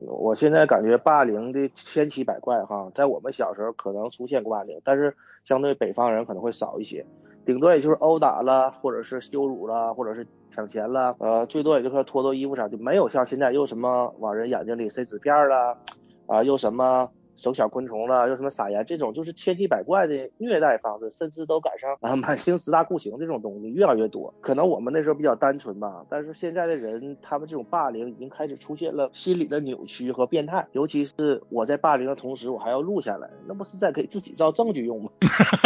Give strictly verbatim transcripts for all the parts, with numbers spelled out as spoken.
我现在感觉霸凌的千奇百怪哈，在我们小时候可能出现过霸凌，但是相对北方人可能会少一些，顶多也就是殴打了，或者是羞辱了，或者是抢钱了，呃，最多也就是脱脱衣服啥，就没有像现在又什么往人眼睛里塞纸片了，啊，又什么手小昆虫了，又什么撒盐，这种就是千奇百怪的虐待方式，甚至都赶上啊满清十大酷刑这种东西越来越多。可能我们那时候比较单纯吧，但是现在的人，他们这种霸凌已经开始出现了心理的扭曲和变态。尤其是我在霸凌的同时，我还要录下来，那不是在给自己造证据用吗？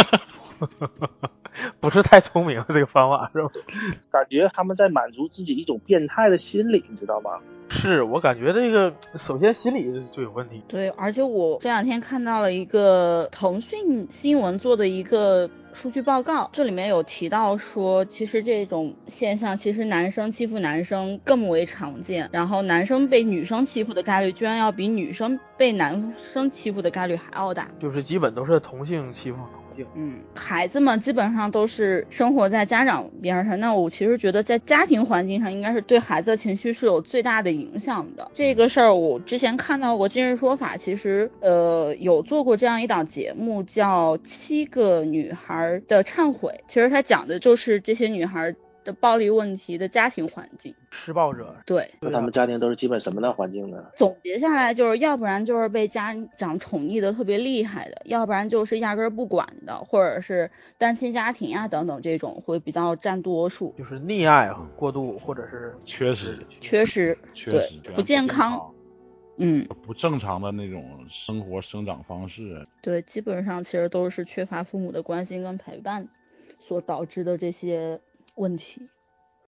不是太聪明这个方法是吧？ 感觉他们在满足自己一种变态的心理，你知道吗？ 是我感觉这个首先心理就有问题。 对，而且我这两天看到了一个腾讯新闻做的一个数据报告，这里面有提到说，其实这种现象其实男生欺负男生更为常见，然后男生被女生欺负的概率居然要比女生被男生欺负的概率还要大， 就是基本都是同性欺负同性。 嗯，孩子们基本上都是生活在家长边上，那我其实觉得在家庭环境上应该是对孩子的情绪是有最大的影响的。这个事儿我之前看到过今日说法，其实呃有做过这样一档节目叫七个女孩的忏悔，其实它讲的就是这些女孩的暴力问题的家庭环境， 施暴者。 对， 那他们家庭都是基本什么样的环境呢？ 总结下来就是，要不然就是被家长宠溺的特别厉害的，要不然就是压根儿不管的，或者是单亲家庭啊等等，这种会比较占多数。 就是溺爱过度，或者是缺失， 缺失， 缺对， 失， 不健康，嗯， 不正常的那种生活生长方式。 对，基本上其实都是缺乏父母的关心跟陪伴所导致的这些问题。